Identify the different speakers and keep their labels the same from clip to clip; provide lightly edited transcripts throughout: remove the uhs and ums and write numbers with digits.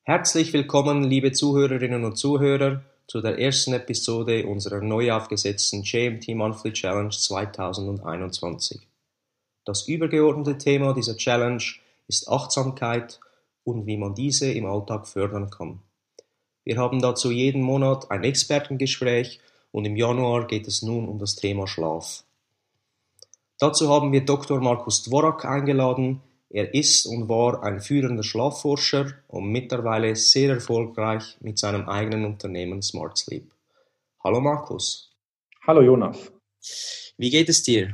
Speaker 1: Herzlich willkommen, liebe Zuhörerinnen und Zuhörer, zu der ersten Episode unserer neu aufgesetzten JMT Monthly Challenge 2021. Das übergeordnete Thema dieser Challenge ist Achtsamkeit und wie man diese im Alltag fördern kann. Wir haben dazu jeden Monat ein Expertengespräch und im Januar geht es nun um das Thema Schlaf. Dazu haben wir Dr. Markus Dvorak eingeladen. Er ist und war ein führender Schlafforscher und mittlerweile sehr erfolgreich mit seinem eigenen Unternehmen Smart Sleep. Hallo Markus.
Speaker 2: Hallo Jonas.
Speaker 1: Wie geht es dir?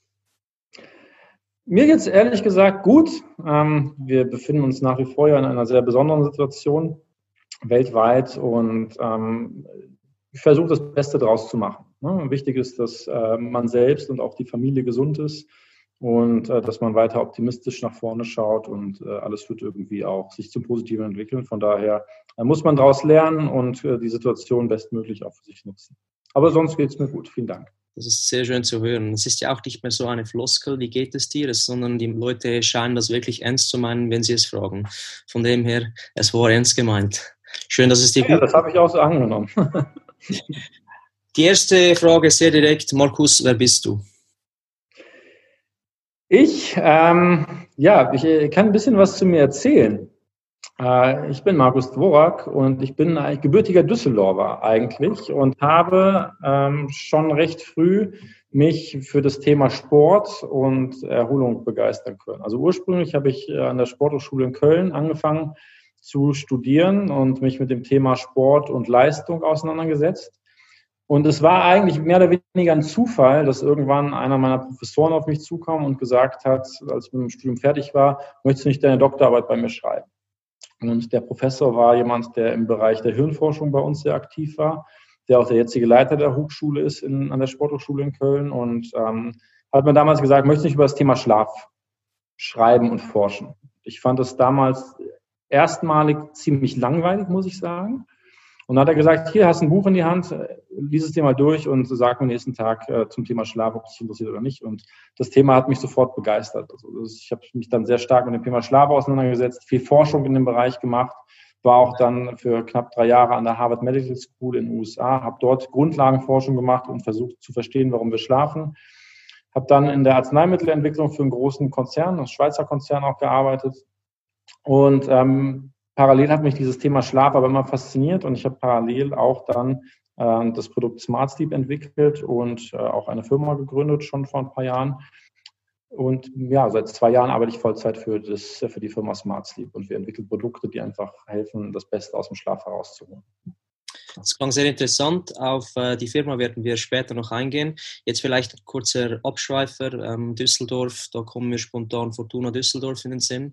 Speaker 2: Mir geht es ehrlich gesagt gut. Wir befinden uns nach wie vor ja in einer sehr besonderen Situation weltweit und ich versuche das Beste draus zu machen. Wichtig ist, dass man selbst und auch die Familie gesund ist und dass man weiter optimistisch nach vorne schaut und alles wird irgendwie auch sich zum Positiven entwickeln. Von daher muss man daraus lernen und die Situation bestmöglich auch für sich nutzen. Aber sonst geht es mir gut. Vielen Dank.
Speaker 1: Das ist sehr schön zu hören. Es ist ja auch nicht mehr so eine Floskel, wie geht es dir, sondern die Leute scheinen das wirklich ernst zu meinen, wenn sie es fragen. Von dem her, es war ernst gemeint. Schön, dass es dir gut geht.
Speaker 2: Ja, das habe ich auch so angenommen.
Speaker 1: Die erste Frage ist sehr direkt. Markus, wer bist du?
Speaker 2: Ich kann ein bisschen was zu mir erzählen. Ich bin Markus Dvorak und ich bin ein gebürtiger Düsseldorfer eigentlich und habe schon recht früh mich für das Thema Sport und Erholung begeistern können. Also ursprünglich habe ich an der Sporthochschule in Köln angefangen zu studieren und mich mit dem Thema Sport und Leistung auseinandergesetzt. Und es war eigentlich mehr oder weniger ein Zufall, dass irgendwann einer meiner Professoren auf mich zukam und gesagt hat, als ich mit dem Studium fertig war, möchtest du nicht deine Doktorarbeit bei mir schreiben? Und der Professor war jemand, der im Bereich der Hirnforschung bei uns sehr aktiv war, der auch der jetzige Leiter der Hochschule ist an der Sporthochschule in Köln und hat mir damals gesagt, möchtest du nicht über das Thema Schlaf schreiben und forschen? Ich fand das damals erstmalig ziemlich langweilig, muss ich sagen. Und dann hat er gesagt, hier hast du ein Buch in die Hand, lies es dir mal durch und sag mir nächsten Tag zum Thema Schlaf, ob es dich interessiert oder nicht. Und das Thema hat mich sofort begeistert. Also ich habe mich dann sehr stark mit dem Thema Schlaf auseinandergesetzt, viel Forschung in dem Bereich gemacht, war auch dann für knapp 3 Jahre an der Harvard Medical School in den USA, habe dort Grundlagenforschung gemacht und versucht zu verstehen, warum wir schlafen. Habe dann in der Arzneimittelentwicklung für einen großen Konzern, einen Schweizer Konzern auch gearbeitet. Und parallel hat mich dieses Thema Schlaf aber immer fasziniert und ich habe parallel auch dann das Produkt Smart Sleep entwickelt und auch eine Firma gegründet, schon vor ein paar Jahren. Und ja, seit 2 Jahren arbeite ich Vollzeit für die Firma Smart Sleep und wir entwickeln Produkte, die einfach helfen, das Beste aus dem Schlaf herauszuholen.
Speaker 1: Das klang sehr interessant. Auf die Firma werden wir später noch eingehen. Jetzt vielleicht ein kurzer Abschweifer. Düsseldorf, da kommen mir spontan Fortuna Düsseldorf in den Sinn.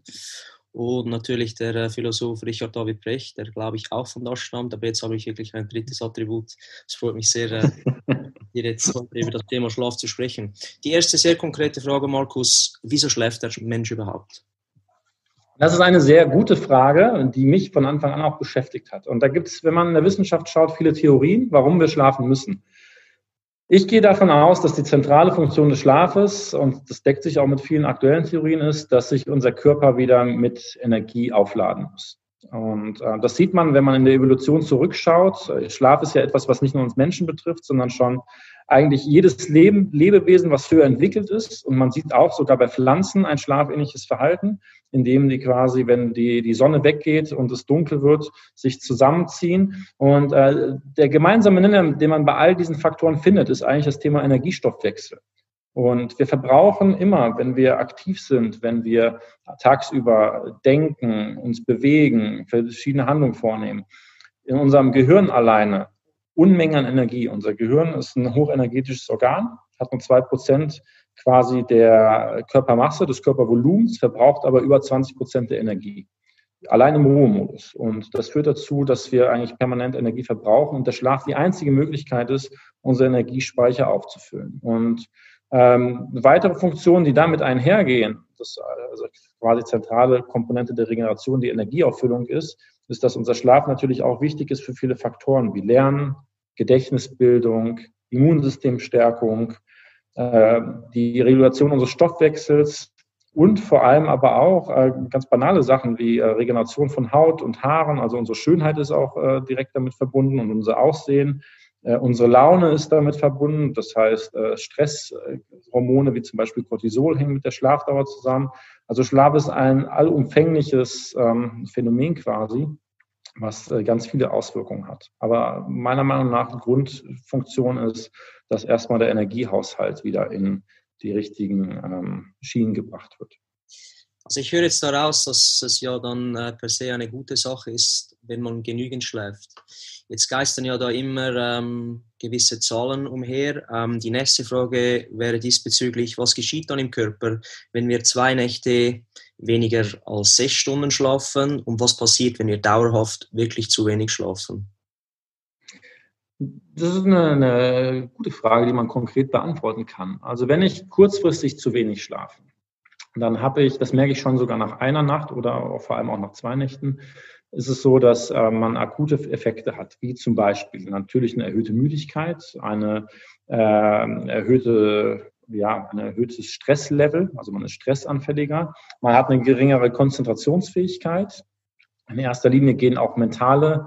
Speaker 1: Und natürlich der Philosoph Richard David Precht, der glaube ich auch von da stammt, aber jetzt habe ich wirklich ein drittes Attribut. Es freut mich sehr, hier jetzt über das Thema Schlaf zu sprechen. Die erste sehr konkrete Frage, Markus, wieso schläft der Mensch überhaupt?
Speaker 2: Das ist eine sehr gute Frage, die mich von Anfang an auch beschäftigt hat. Und da gibt es, wenn man in der Wissenschaft schaut, viele Theorien, warum wir schlafen müssen. Ich gehe davon aus, dass die zentrale Funktion des Schlafes, und das deckt sich auch mit vielen aktuellen Theorien, ist, dass sich unser Körper wieder mit Energie aufladen muss. Und das sieht man, wenn man in der Evolution zurückschaut. Schlaf ist ja etwas, was nicht nur uns Menschen betrifft, sondern schon eigentlich jedes Lebewesen, was höher entwickelt ist. Und man sieht auch sogar bei Pflanzen ein schlafähnliches Verhalten, indem die quasi, wenn die Sonne weggeht und es dunkel wird, sich zusammenziehen. Und der gemeinsame Nenner, den man bei all diesen Faktoren findet, ist eigentlich das Thema Energiestoffwechsel. Und wir verbrauchen immer, wenn wir aktiv sind, wenn wir tagsüber denken, uns bewegen, verschiedene Handlungen vornehmen, in unserem Gehirn alleine Unmengen an Energie. Unser Gehirn ist ein hochenergetisches Organ, hat nur 2% quasi der Körpermasse, des Körpervolumens, verbraucht aber über 20% der Energie. Allein im Ruhemodus. Und das führt dazu, dass wir eigentlich permanent Energie verbrauchen und der Schlaf die einzige Möglichkeit ist, unsere Energiespeicher aufzufüllen. Und weitere Funktionen, die damit einhergehen, das also quasi zentrale Komponente der Regeneration, die Energieauffüllung ist, dass unser Schlaf natürlich auch wichtig ist für viele Faktoren wie Lernen, Gedächtnisbildung, Immunsystemstärkung, die Regulation unseres Stoffwechsels Und vor allem aber auch ganz banale Sachen wie Regeneration von Haut und Haaren. Also unsere Schönheit ist auch direkt damit verbunden und unser Aussehen. Unsere Laune ist damit verbunden. Das heißt, Stresshormone wie zum Beispiel Cortisol hängen mit der Schlafdauer zusammen. Also Schlaf ist ein allumfängliches Phänomen quasi, was ganz viele Auswirkungen hat. Aber meiner Meinung nach Grundfunktion ist, dass erstmal der Energiehaushalt wieder in die richtigen Schienen gebracht wird.
Speaker 1: Also ich höre jetzt daraus, dass es ja dann per se eine gute Sache ist, wenn man genügend schläft. Jetzt geistern ja da immer gewisse Zahlen umher. Die nächste Frage wäre diesbezüglich, was geschieht dann im Körper, wenn wir 2 Nächte weniger als 6 Stunden schlafen und was passiert, wenn wir dauerhaft wirklich zu wenig schlafen?
Speaker 2: Das ist eine gute Frage, die man konkret beantworten kann. Also wenn ich kurzfristig zu wenig schlafe, dann habe ich, das merke ich schon sogar nach einer Nacht oder auch vor allem auch nach 2 Nächten, ist es so, dass man akute Effekte hat, wie zum Beispiel natürlich eine erhöhte Müdigkeit, ein erhöhtes Stresslevel, also man ist stressanfälliger, man hat eine geringere Konzentrationsfähigkeit. In erster Linie gehen auch mentale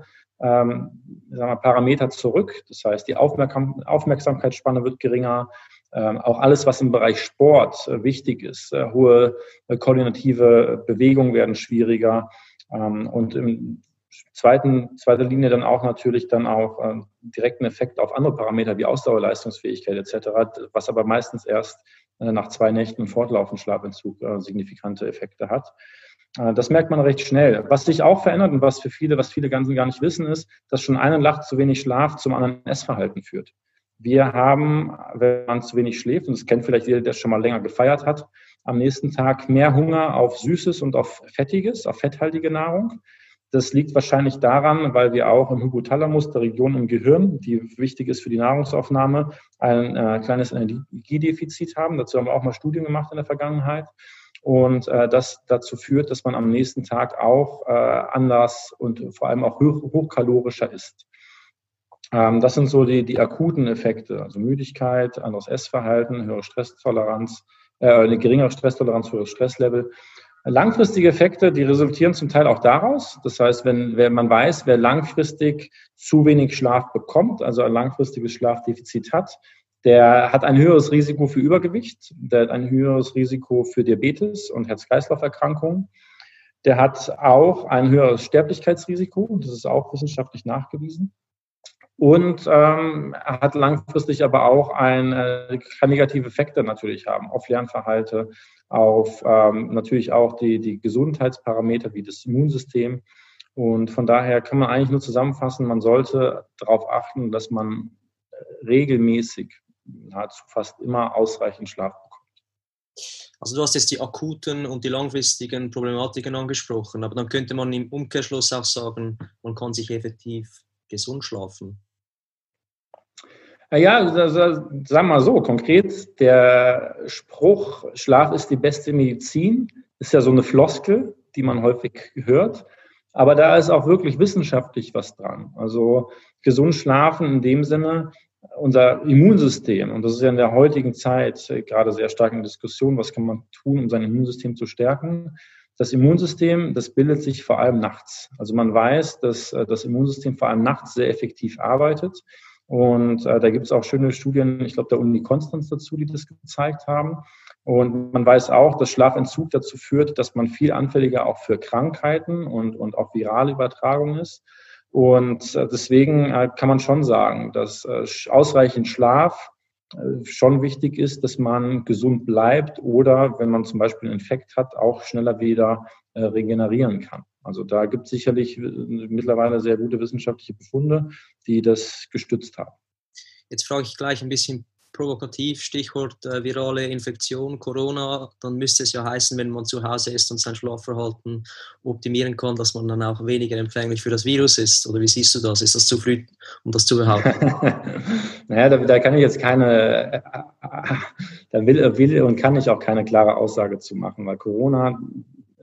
Speaker 2: Parameter zurück. Das heißt, die Aufmerksamkeitsspanne wird geringer. Auch alles, was im Bereich Sport wichtig ist, hohe koordinative Bewegungen werden schwieriger. Und in zweiter Linie dann auch natürlich dann auch direkten Effekt auf andere Parameter wie Ausdauer, Leistungsfähigkeit etc., was aber meistens erst nach 2 Nächten im fortlaufenden Schlafentzug signifikante Effekte hat. Das merkt man recht schnell. Was sich auch verändert und was viele gar nicht wissen, ist, dass schon eine Nacht zu wenig Schlaf zum anderen Essverhalten führt. Wir haben, wenn man zu wenig schläft, und das kennt vielleicht jeder, der schon mal länger gefeiert hat, am nächsten Tag mehr Hunger auf Süßes und auf Fettiges, auf fetthaltige Nahrung. Das liegt wahrscheinlich daran, weil wir auch im Hypothalamus, der Region im Gehirn, die wichtig ist für die Nahrungsaufnahme, ein kleines Energiedefizit haben. Dazu haben wir auch mal Studien gemacht in der Vergangenheit. Und das dazu führt, dass man am nächsten Tag auch anders und vor allem auch hochkalorischer isst. Das sind so die akuten Effekte, also Müdigkeit, anderes Essverhalten, höhere Stresstoleranz, eine geringere Stresstoleranz, höheres Stresslevel. Langfristige Effekte, die resultieren zum Teil auch daraus. Das heißt, wenn man weiß, wer langfristig zu wenig Schlaf bekommt, also ein langfristiges Schlafdefizit hat, der hat ein höheres Risiko für Übergewicht, der hat ein höheres Risiko für Diabetes und Herz-Kreislauf-Erkrankungen. Der hat auch ein höheres Sterblichkeitsrisiko, das ist auch wissenschaftlich nachgewiesen. Und er hat langfristig aber auch kann negative Effekte natürlich haben auf Lernverhalte, auf natürlich auch die Gesundheitsparameter wie das Immunsystem. Und von daher kann man eigentlich nur zusammenfassen, man sollte darauf achten, dass man regelmäßig, nahezu fast immer ausreichend Schlaf bekommt.
Speaker 1: Also du hast jetzt die akuten und die langfristigen Problematiken angesprochen, aber dann könnte man im Umkehrschluss auch sagen, man kann sich effektiv gesund schlafen.
Speaker 2: Ja, sagen wir mal so, konkret, der Spruch, Schlaf ist die beste Medizin, ist ja so eine Floskel, die man häufig hört. Aber da ist auch wirklich wissenschaftlich was dran. Also gesund schlafen in dem Sinne, unser Immunsystem, und das ist ja in der heutigen Zeit gerade sehr stark in Diskussion, was kann man tun, um sein Immunsystem zu stärken. Das Immunsystem, das bildet sich vor allem nachts. Also man weiß, dass das Immunsystem vor allem nachts sehr effektiv arbeitet. Und da gibt es auch schöne Studien, ich glaube der Uni Konstanz dazu, die das gezeigt haben. Und man weiß auch, dass Schlafentzug dazu führt, dass man viel anfälliger auch für Krankheiten und auch virale Übertragungen ist. Und deswegen kann man schon sagen, dass ausreichend Schlaf schon wichtig ist, dass man gesund bleibt oder, wenn man zum Beispiel einen Infekt hat, auch schneller wieder regenerieren kann. Also da gibt es sicherlich mittlerweile sehr gute wissenschaftliche Befunde, die das gestützt haben.
Speaker 1: Jetzt frage ich gleich ein bisschen provokativ, Stichwort virale Infektion, Corona, dann müsste es ja heißen, wenn man zu Hause ist und sein Schlafverhalten optimieren kann, dass man dann auch weniger empfänglich für das Virus ist. Oder wie siehst du das? Ist das zu früh, um das zu behaupten?
Speaker 2: Naja, da kann ich jetzt da will und kann ich auch keine klare Aussage zu machen, weil Corona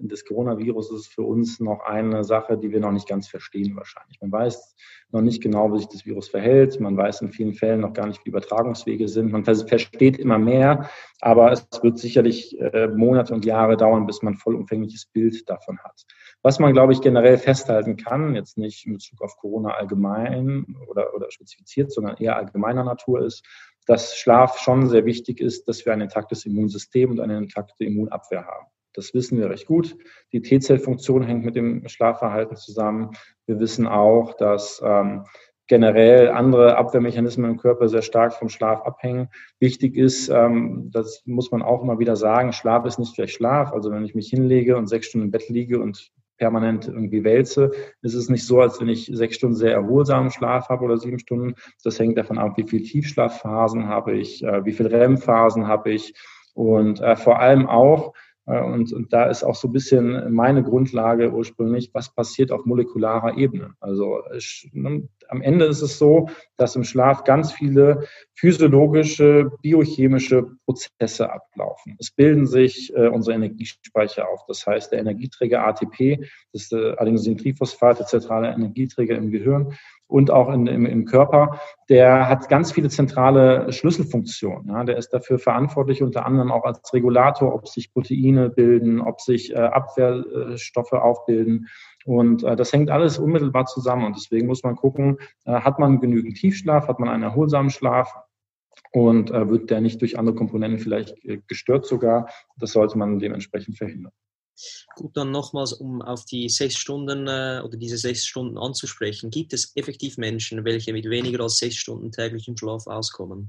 Speaker 2: des Coronavirus ist für uns noch eine Sache, die wir noch nicht ganz verstehen wahrscheinlich. Man weiß noch nicht genau, wie sich das Virus verhält. Man weiß in vielen Fällen noch gar nicht, wie die Übertragungswege sind. Man versteht immer mehr, aber es wird sicherlich Monate und Jahre dauern, bis man ein vollumfängliches Bild davon hat. Was man, glaube ich, generell festhalten kann, jetzt nicht in Bezug auf Corona allgemein oder spezifiziert, sondern eher allgemeiner Natur ist, dass Schlaf schon sehr wichtig ist, dass wir ein intaktes Immunsystem und eine intakte Immunabwehr haben. Das wissen wir recht gut. Die T-Zellfunktion hängt mit dem Schlafverhalten zusammen. Wir wissen auch, dass generell andere Abwehrmechanismen im Körper sehr stark vom Schlaf abhängen. Wichtig ist, das muss man auch immer wieder sagen, Schlaf ist nicht gleich Schlaf. Also wenn ich mich hinlege und 6 Stunden im Bett liege und permanent irgendwie wälze, ist es nicht so, als wenn ich 6 Stunden sehr erholsamen Schlaf habe oder 7 Stunden. Das hängt davon ab, wie viele Tiefschlafphasen habe ich, wie viele REM-Phasen habe ich und vor allem auch, und da ist auch so ein bisschen meine Grundlage ursprünglich, was passiert auf molekularer Ebene. Also am Ende ist es so, dass im Schlaf ganz viele physiologische, biochemische Prozesse ablaufen. Es bilden sich unsere Energiespeicher auf. Das heißt, der Energieträger ATP, das ist Adenosintriphosphat, der zentrale Energieträger im Gehirn und auch im Körper, der hat ganz viele zentrale Schlüsselfunktionen. Ja, der ist dafür verantwortlich, unter anderem auch als Regulator, ob sich Proteine bilden, ob sich Abwehrstoffe aufbilden. Und das hängt alles unmittelbar zusammen. Und deswegen muss man gucken, hat man genügend Tiefschlaf, hat man einen erholsamen Schlaf und wird der nicht durch andere Komponenten vielleicht gestört sogar. Das sollte man dementsprechend verhindern.
Speaker 1: Gut, dann nochmals, um auf die 6 Stunden oder diese 6 Stunden anzusprechen. Gibt es effektiv Menschen, welche mit weniger als 6 Stunden täglichem Schlaf auskommen?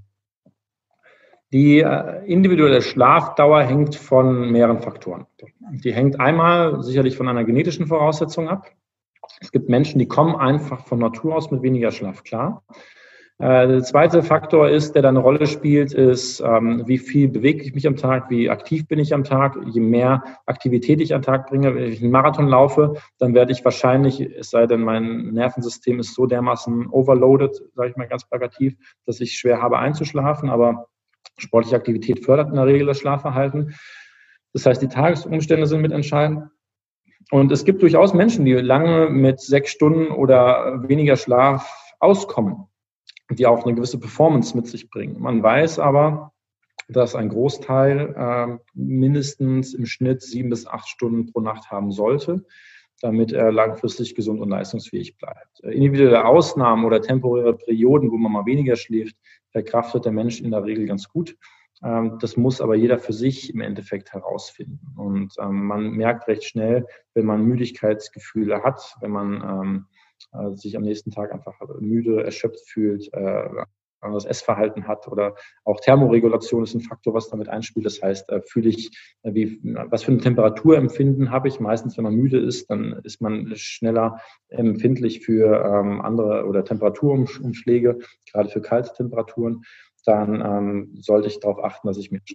Speaker 2: Die individuelle Schlafdauer hängt von mehreren Faktoren. Die hängt einmal sicherlich von einer genetischen Voraussetzung ab. Es gibt Menschen, die kommen einfach von Natur aus mit weniger Schlaf klar. Der zweite Faktor ist, der da eine Rolle spielt, ist, wie viel bewege ich mich am Tag, wie aktiv bin ich am Tag. Je mehr Aktivität ich am Tag bringe, wenn ich einen Marathon laufe, dann werde ich wahrscheinlich, es sei denn, mein Nervensystem ist so dermaßen overloaded, sage ich mal ganz plakativ, dass ich schwer habe einzuschlafen, aber sportliche Aktivität fördert in der Regel das Schlafverhalten. Das heißt, die Tagesumstände sind mitentscheidend. Und es gibt durchaus Menschen, die lange mit 6 Stunden oder weniger Schlaf auskommen, die auch eine gewisse Performance mit sich bringen. Man weiß aber, dass ein Großteil mindestens im Schnitt 7 bis 8 Stunden pro Nacht haben sollte, damit er langfristig gesund und leistungsfähig bleibt. Individuelle Ausnahmen oder temporäre Perioden, wo man mal weniger schläft, verkraftet der Mensch in der Regel ganz gut. Das muss aber jeder für sich im Endeffekt herausfinden. Und man merkt recht schnell, wenn man Müdigkeitsgefühle hat, wenn man sich am nächsten Tag einfach müde, erschöpft fühlt, anderes Essverhalten hat oder auch Thermoregulation ist ein Faktor, was damit einspielt. Das heißt, fühle ich, was für ein Temperaturempfinden habe ich? Meistens, wenn man müde ist, dann ist man schneller empfindlich für andere oder Temperaturumschläge, gerade für kalte Temperaturen. Dann sollte ich darauf achten, dass ich mir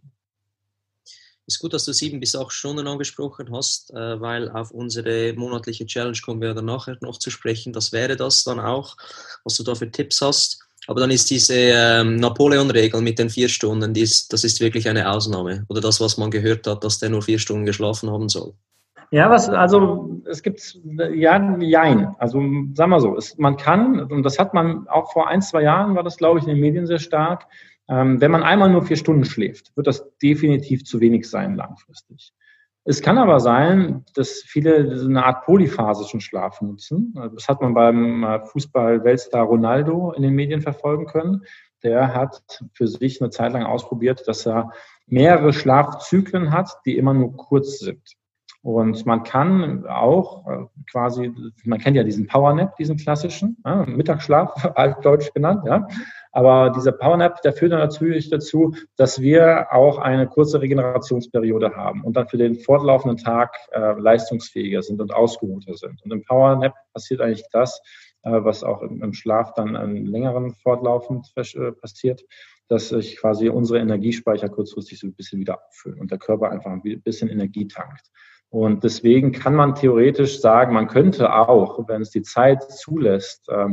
Speaker 1: Ist gut, dass du 7 bis 8 Stunden angesprochen hast, weil auf unsere monatliche Challenge kommen wir dann nachher noch zu sprechen. Das wäre das dann auch, was du da für Tipps hast. Aber dann ist diese Napoleon-Regel mit den 4 Stunden, das ist wirklich eine Ausnahme. Oder das, was man gehört hat, dass der nur 4 Stunden geschlafen haben soll.
Speaker 2: Ja, es gibt, jein. Also, sagen wir so, man kann, und das hat man auch vor 1, 2 Jahren, war das, glaube ich, in den Medien sehr stark, wenn man einmal nur 4 Stunden schläft, wird das definitiv zu wenig sein langfristig. Es kann aber sein, dass viele eine Art polyphasischen Schlaf nutzen. Das hat man beim Fußball-Weltstar Ronaldo in den Medien verfolgen können. Der hat für sich eine Zeit lang ausprobiert, dass er mehrere Schlafzyklen hat, die immer nur kurz sind. Und man kann auch man kennt ja diesen Powernap, diesen klassischen, Mittagsschlaf, altdeutsch genannt, ja. Aber dieser Powernap, der führt dann natürlich dazu, dass wir auch eine kurze Regenerationsperiode haben und dann für den fortlaufenden Tag leistungsfähiger sind und ausgeruhter sind. Und im Powernap passiert eigentlich das, was auch im Schlaf dann einen längeren fortlaufend passiert, dass sich quasi unsere Energiespeicher kurzfristig so ein bisschen wieder auffüllen und der Körper einfach ein bisschen Energie tankt. Und deswegen kann man theoretisch sagen, man könnte auch, wenn es die Zeit zulässt,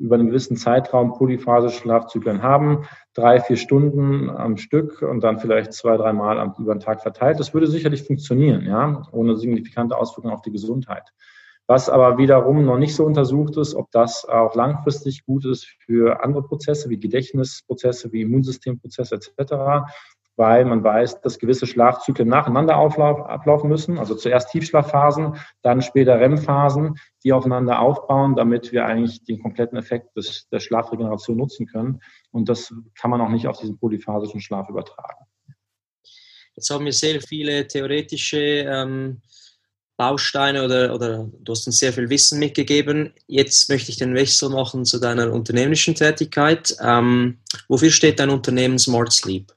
Speaker 2: über einen gewissen Zeitraum Polyphase-Schlafzyklen haben, 3-4 Stunden am Stück und dann vielleicht 2-3 Mal über den Tag verteilt. Das würde sicherlich funktionieren, ja, ohne signifikante Auswirkungen auf die Gesundheit. Was aber wiederum noch nicht so untersucht ist, ob das auch langfristig gut ist für andere Prozesse wie Gedächtnisprozesse, wie Immunsystemprozesse etc., weil man weiß, dass gewisse Schlafzyklen nacheinander ablaufen müssen. Also zuerst Tiefschlafphasen, dann später REM-Phasen, die aufeinander aufbauen, damit wir eigentlich den kompletten Effekt der Schlafregeneration nutzen können. Und das kann man auch nicht auf diesen polyphasischen Schlaf übertragen.
Speaker 1: Jetzt haben wir sehr viele theoretische Bausteine oder du hast uns sehr viel Wissen mitgegeben. Jetzt möchte ich den Wechsel machen zu deiner unternehmerischen Tätigkeit. Wofür steht dein Unternehmen Smart Sleep?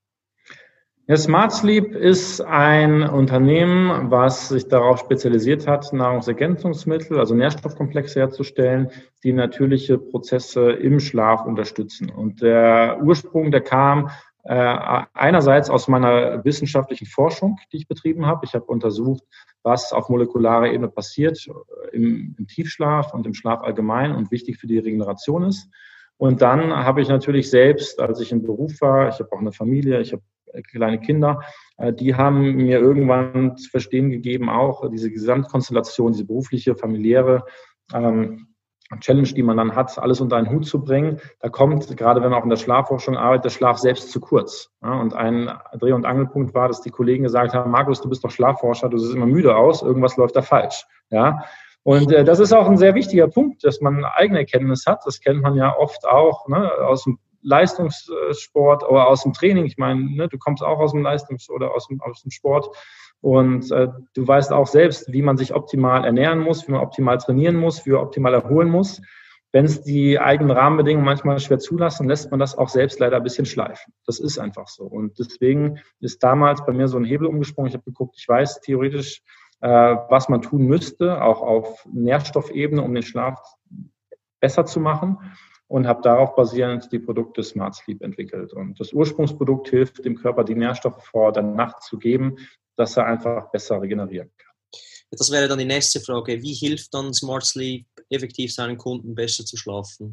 Speaker 2: Ja, Smart Sleep ist ein Unternehmen, was sich darauf spezialisiert hat, Nahrungsergänzungsmittel, also Nährstoffkomplexe herzustellen, die natürliche Prozesse im Schlaf unterstützen. Und der Ursprung, der kam einerseits aus meiner wissenschaftlichen Forschung, die ich betrieben habe. Ich habe untersucht, was auf molekularer Ebene passiert im Tiefschlaf und im Schlaf allgemein und wichtig für die Regeneration ist. Und dann habe ich natürlich selbst, als ich im Beruf war, ich habe auch eine Familie, ich habe kleine Kinder, die haben mir irgendwann zu verstehen gegeben, auch diese Gesamtkonstellation, diese berufliche, familiäre Challenge, die man dann hat, alles unter einen Hut zu bringen. Da kommt, gerade wenn man auch in der Schlafforschung arbeitet, der Schlaf selbst zu kurz. Ja, und ein Dreh- und Angelpunkt war, dass die Kollegen gesagt haben, Markus, du bist doch Schlafforscher, du siehst immer müde aus, irgendwas läuft da falsch. Ja. Und das ist auch ein sehr wichtiger Punkt, dass man eine eigene Erkenntnis hat. Das kennt man ja oft auch, ne, aus dem Leistungssport oder aus dem Training. Ich meine, ne, du kommst auch aus dem oder aus dem Sport und du weißt auch selbst, wie man sich optimal ernähren muss, wie man optimal trainieren muss, wie man optimal erholen muss. Wenn es die eigenen Rahmenbedingungen manchmal schwer zulassen, lässt man das auch selbst leider ein bisschen schleifen. Das ist einfach so. Und deswegen ist damals bei mir so ein Hebel umgesprungen. Ich habe geguckt, ich weiß theoretisch, was man tun müsste, auch auf Nährstoffebene, um den Schlaf besser zu machen. Und habe darauf basierend die Produkte Smart Sleep entwickelt. Und das Ursprungsprodukt hilft dem Körper, die Nährstoffe vor der Nacht zu geben, dass er einfach besser regenerieren kann.
Speaker 1: Das wäre dann die nächste Frage. Wie hilft dann Smart Sleep effektiv seinen Kunden besser zu schlafen?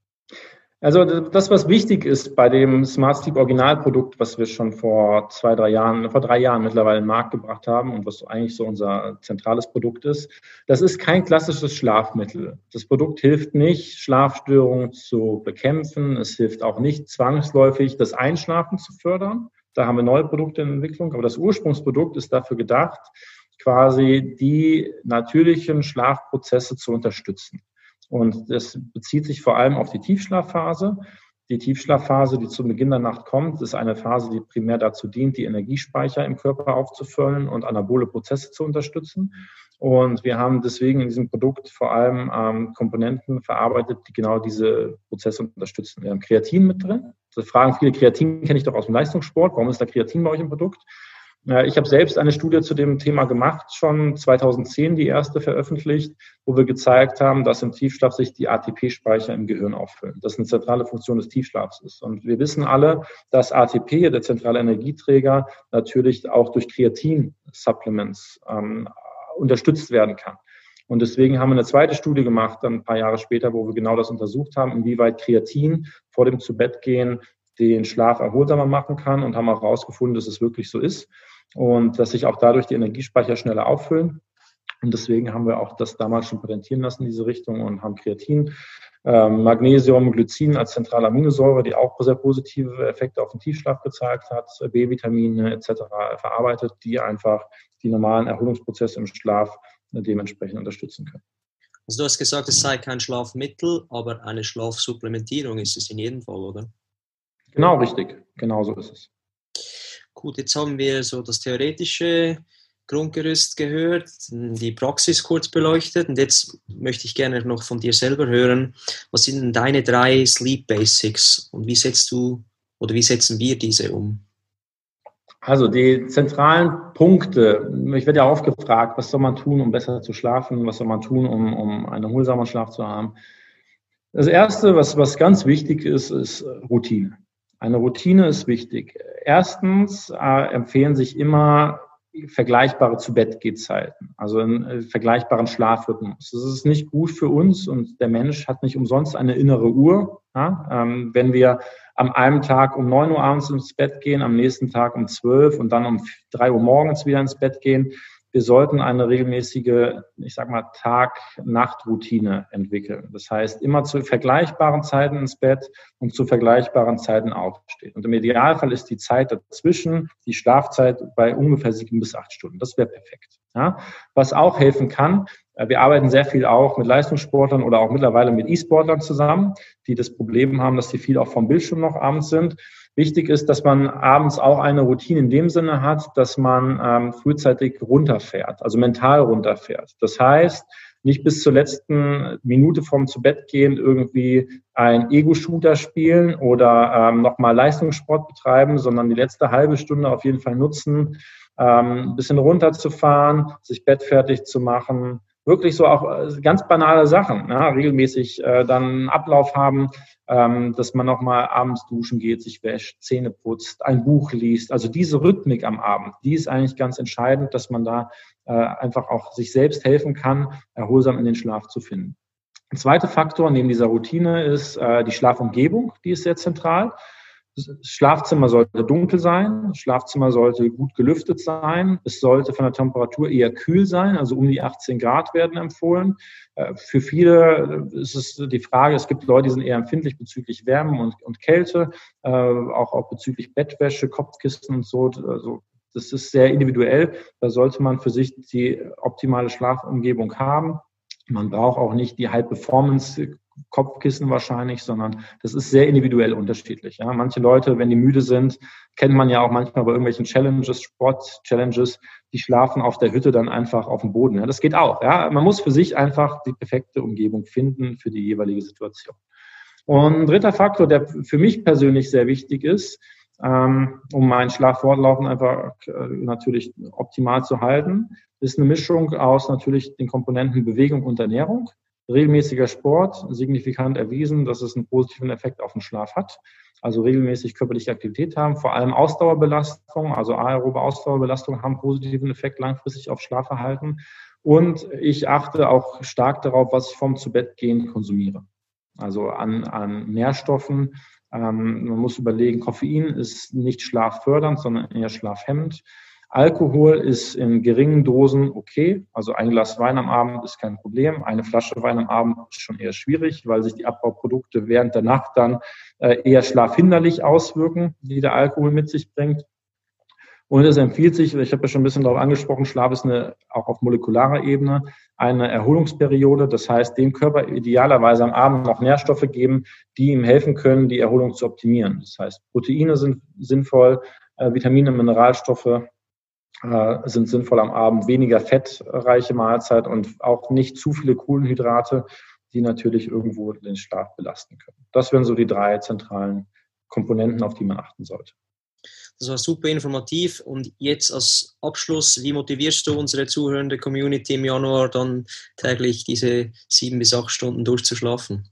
Speaker 2: Also das, was wichtig ist bei dem Smart Sleep Originalprodukt, was wir schon vor 3 Jahren mittlerweile in den Markt gebracht haben und was eigentlich so unser zentrales Produkt ist, das ist kein klassisches Schlafmittel. Das Produkt hilft nicht, Schlafstörungen zu bekämpfen. Es hilft auch nicht zwangsläufig, das Einschlafen zu fördern. Da haben wir neue Produkte in Entwicklung, aber das Ursprungsprodukt ist dafür gedacht, quasi die natürlichen Schlafprozesse zu unterstützen. Und das bezieht sich vor allem auf die Tiefschlafphase. Die Tiefschlafphase, die zu Beginn der Nacht kommt, ist eine Phase, die primär dazu dient, die Energiespeicher im Körper aufzufüllen und anabole Prozesse zu unterstützen. Und wir haben deswegen in diesem Produkt vor allem Komponenten verarbeitet, die genau diese Prozesse unterstützen. Wir haben Kreatin mit drin. Da fragen viele, Kreatin kenne ich doch aus dem Leistungssport. Warum ist da Kreatin bei euch im Produkt? Ich habe selbst eine Studie zu dem Thema gemacht, schon 2010 die erste veröffentlicht, wo wir gezeigt haben, dass im Tiefschlaf sich die ATP-Speicher im Gehirn auffüllen. Das eine zentrale Funktion des Tiefschlafs ist. Und wir wissen alle, dass ATP, der zentrale Energieträger, natürlich auch durch Kreatin-Supplements unterstützt werden kann. Und deswegen haben wir eine zweite Studie gemacht, dann ein paar Jahre später, wo wir genau das untersucht haben, inwieweit Kreatin vor dem Zubettgehen den Schlaf erholsamer machen kann und haben auch herausgefunden, dass es wirklich so ist und dass sich auch dadurch die Energiespeicher schneller auffüllen. Und deswegen haben wir auch das damals schon patentieren lassen in diese Richtung und haben Kreatin, Magnesium, Glycin als zentrale Aminosäure, die auch sehr positive Effekte auf den Tiefschlaf gezeigt hat, B-Vitamine etc. verarbeitet, die einfach die normalen Erholungsprozesse im Schlaf dementsprechend unterstützen können.
Speaker 1: Also du hast gesagt, es sei kein Schlafmittel, aber eine Schlafsupplementierung ist es in jedem Fall, oder?
Speaker 2: Genau, richtig. Genau so ist es.
Speaker 1: Gut, jetzt haben wir so das theoretische Grundgerüst gehört, die Praxis kurz beleuchtet und jetzt möchte ich gerne noch von dir selber hören, was sind denn deine 3 Sleep Basics und wie setzen wir diese um?
Speaker 2: Also die zentralen Punkte, ich werde ja oft gefragt, was soll man tun, um besser zu schlafen, was soll man tun, um einen erholsamen Schlaf zu haben. Das Erste, was ganz wichtig ist, ist Routine. Eine Routine ist wichtig. Erstens empfehlen sich immer vergleichbare Zu-Bett-Geh-Zeiten, also einen vergleichbaren Schlafrhythmus. Das ist nicht gut für uns und der Mensch hat nicht umsonst eine innere Uhr. Ja? Wenn wir am einen Tag um 9 Uhr abends ins Bett gehen, am nächsten Tag um 12 und dann um 3 Uhr morgens wieder ins Bett gehen, wir sollten eine regelmäßige, ich sag mal, Tag-Nacht-Routine entwickeln. Das heißt, immer zu vergleichbaren Zeiten ins Bett und zu vergleichbaren Zeiten aufstehen. Und im Idealfall ist die Zeit dazwischen, die Schlafzeit, bei ungefähr 7 bis 8 Stunden. Das wäre perfekt. Ja? Was auch helfen kann, wir arbeiten sehr viel auch mit Leistungssportlern oder auch mittlerweile mit E-Sportlern zusammen, die das Problem haben, dass sie viel auch vom Bildschirm noch abends sind. Wichtig ist, dass man abends auch eine Routine in dem Sinne hat, dass man frühzeitig runterfährt, also mental runterfährt. Das heißt, nicht bis zur letzten Minute vorm Zubettgehen irgendwie ein Ego-Shooter spielen oder nochmal Leistungssport betreiben, sondern die letzte halbe Stunde auf jeden Fall nutzen, ein bisschen runterzufahren, sich bettfertig zu machen. Wirklich so auch ganz banale Sachen, ja, regelmäßig dann einen Ablauf haben, dass man nochmal abends duschen geht, sich wäscht, Zähne putzt, ein Buch liest. Also diese Rhythmik am Abend, die ist eigentlich ganz entscheidend, dass man da einfach auch sich selbst helfen kann, erholsam in den Schlaf zu finden. Ein zweiter Faktor neben dieser Routine ist die Schlafumgebung, die ist sehr zentral. Das Schlafzimmer sollte dunkel sein, das Schlafzimmer sollte gut gelüftet sein, es sollte von der Temperatur eher kühl sein, also um die 18 Grad werden empfohlen. Für viele ist es die Frage, es gibt Leute, die sind eher empfindlich bezüglich Wärme und Kälte, auch bezüglich Bettwäsche, Kopfkissen und so. Also das ist sehr individuell, da sollte man für sich die optimale Schlafumgebung haben. Man braucht auch nicht die High-Performance Kopfkissen wahrscheinlich, sondern das ist sehr individuell unterschiedlich. Ja. Manche Leute, wenn die müde sind, kennt man ja auch manchmal bei irgendwelchen Challenges, Sport-Challenges, die schlafen auf der Hütte dann einfach auf dem Boden. Ja. Das geht auch. Ja. Man muss für sich einfach die perfekte Umgebung finden für die jeweilige Situation. Und ein dritter Faktor, der für mich persönlich sehr wichtig ist, um meinen Schlaffortlaufen einfach natürlich optimal zu halten, ist eine Mischung aus natürlich den Komponenten Bewegung und Ernährung. Regelmäßiger Sport, signifikant erwiesen, dass es einen positiven Effekt auf den Schlaf hat. Also regelmäßig körperliche Aktivität haben, vor allem Ausdauerbelastung, also aerobe Ausdauerbelastung haben einen positiven Effekt langfristig auf Schlafverhalten. Und ich achte auch stark darauf, was ich vom Zubettgehen konsumiere. Also an Nährstoffen. Man muss überlegen, Koffein ist nicht schlaffördernd, sondern eher schlafhemmend. Alkohol ist in geringen Dosen okay, also ein Glas Wein am Abend ist kein Problem. Eine Flasche Wein am Abend ist schon eher schwierig, weil sich die Abbauprodukte während der Nacht dann eher schlafhinderlich auswirken, die der Alkohol mit sich bringt. Und es empfiehlt sich, ich habe ja schon ein bisschen darauf angesprochen, Schlaf ist auch auf molekularer Ebene eine Erholungsperiode. Das heißt, dem Körper idealerweise am Abend noch Nährstoffe geben, die ihm helfen können, die Erholung zu optimieren. Das heißt, Proteine sind sinnvoll, Vitamine, Mineralstoffe sind sinnvoll am Abend, weniger fettreiche Mahlzeit und auch nicht zu viele Kohlenhydrate, die natürlich irgendwo den Schlaf belasten können. Das wären so die 3 zentralen Komponenten, auf die man achten sollte.
Speaker 1: Das war super informativ. Und jetzt als Abschluss, wie motivierst du unsere zuhörende Community im Januar dann täglich diese 7 bis 8 Stunden durchzuschlafen?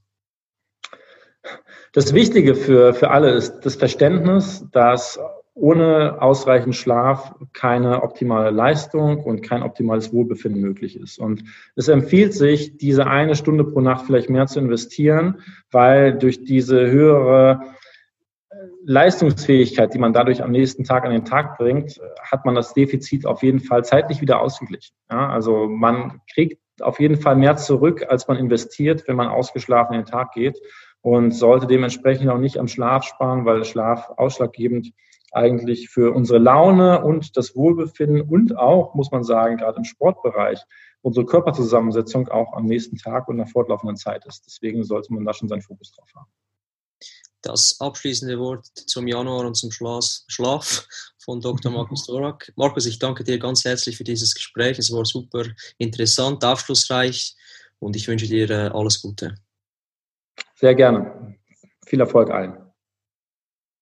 Speaker 2: Das Wichtige für alle ist das Verständnis, dass ohne ausreichend Schlaf keine optimale Leistung und kein optimales Wohlbefinden möglich ist. Und es empfiehlt sich, diese 1 Stunde pro Nacht vielleicht mehr zu investieren, weil durch diese höhere Leistungsfähigkeit, die man dadurch am nächsten Tag an den Tag bringt, hat man das Defizit auf jeden Fall zeitlich wieder ausgeglichen. Ja, also man kriegt auf jeden Fall mehr zurück, als man investiert, wenn man ausgeschlafen in den Tag geht und sollte dementsprechend auch nicht am Schlaf sparen, weil Schlaf ausschlaggebend eigentlich für unsere Laune und das Wohlbefinden und auch, muss man sagen, gerade im Sportbereich, unsere Körperzusammensetzung auch am nächsten Tag und in der fortlaufenden Zeit ist. Deswegen sollte man da schon seinen Fokus drauf haben.
Speaker 1: Das abschließende Wort zum Januar und zum Schlaf von Dr. Markus Dvorak. Markus, ich danke dir ganz herzlich für dieses Gespräch. Es war super interessant, aufschlussreich und ich wünsche dir alles Gute.
Speaker 2: Sehr gerne. Viel Erfolg allen.